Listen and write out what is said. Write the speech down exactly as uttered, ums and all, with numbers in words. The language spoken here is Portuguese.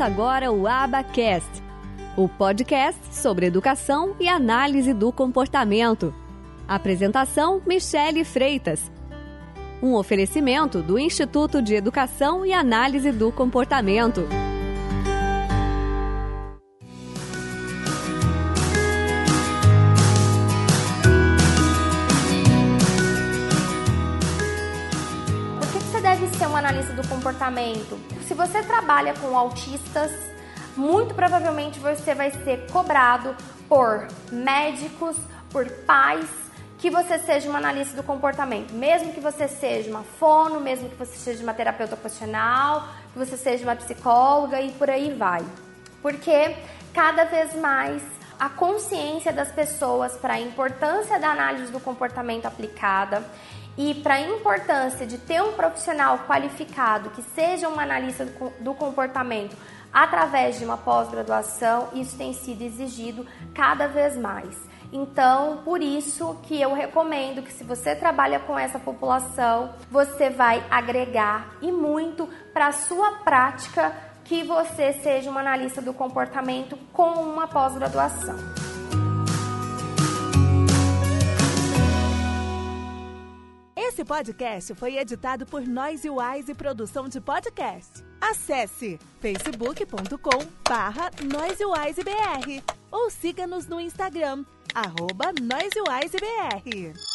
Começa agora o AbaCast, o podcast sobre educação e análise do comportamento. Apresentação: Michele Freitas. Um oferecimento do Instituto de Educação e Análise do Comportamento. Deve ser um analista do comportamento. Se você trabalha com autistas, muito provavelmente você vai ser cobrado por médicos, por pais, que você seja um analista do comportamento. Mesmo que você seja uma fono, mesmo que você seja uma terapeuta ocupacional, que você seja uma psicóloga e por aí vai. Porque cada vez mais a consciência das pessoas para a importância da análise do comportamento aplicada e para a importância de ter um profissional qualificado que seja um analista do comportamento através de uma pós-graduação, isso tem sido exigido cada vez mais. Então, por isso que eu recomendo que, se você trabalha com essa população, você vai agregar e muito para a sua prática que você seja um analista do comportamento com uma pós-graduação. Esse podcast foi editado por NoiseWise Produção de Podcast. Acesse facebook ponto com barra NoiseWiseBR ou siga-nos no Instagram, arroba NoiseWiseBR.